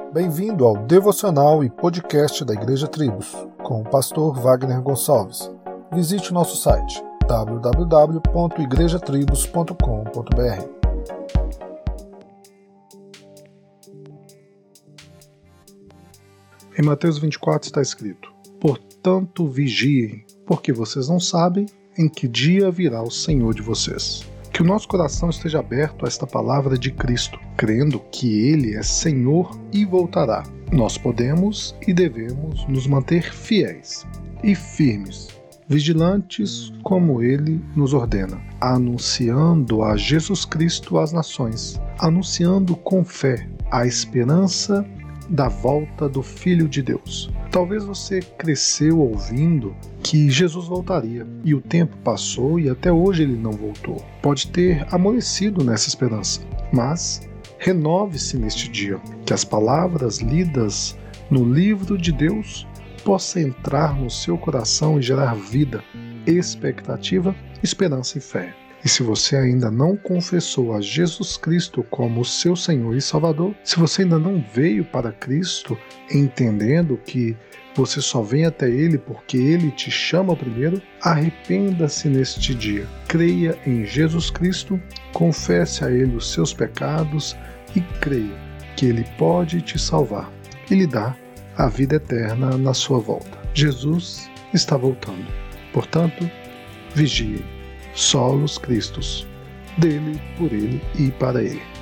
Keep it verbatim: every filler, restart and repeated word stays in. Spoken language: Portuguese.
Bem-vindo ao devocional e podcast da Igreja Tribos, com o pastor Wagner Gonçalves. Visite o nosso site w w w ponto igreja tribos ponto com ponto b r. Em Mateus vinte e quatro está escrito: Portanto vigiem, porque vocês não sabem em que dia virá o Senhor de vocês. Que o nosso coração esteja aberto a esta palavra de Cristo, crendo que Ele é Senhor e voltará. Nós podemos e devemos nos manter fiéis e firmes, vigilantes como Ele nos ordena, anunciando a Jesus Cristo às nações, anunciando com fé a esperança da volta do Filho de Deus. Talvez você cresceu ouvindo que Jesus voltaria, e o tempo passou e até hoje ele não voltou. Pode ter amolecido nessa esperança, mas renove-se neste dia, que as palavras lidas no livro de Deus possam entrar no seu coração e gerar vida, expectativa, esperança e fé. E se você ainda não confessou a Jesus Cristo como seu Senhor e Salvador, se você ainda não veio para Cristo entendendo que você só vem até Ele porque Ele te chama primeiro, arrependa-se neste dia. Creia em Jesus Cristo, confesse a Ele os seus pecados e creia que Ele pode te salvar e lhe dar a vida eterna na sua volta. Jesus está voltando. Portanto, vigie. Solos Christus, dele, por ele e para ele.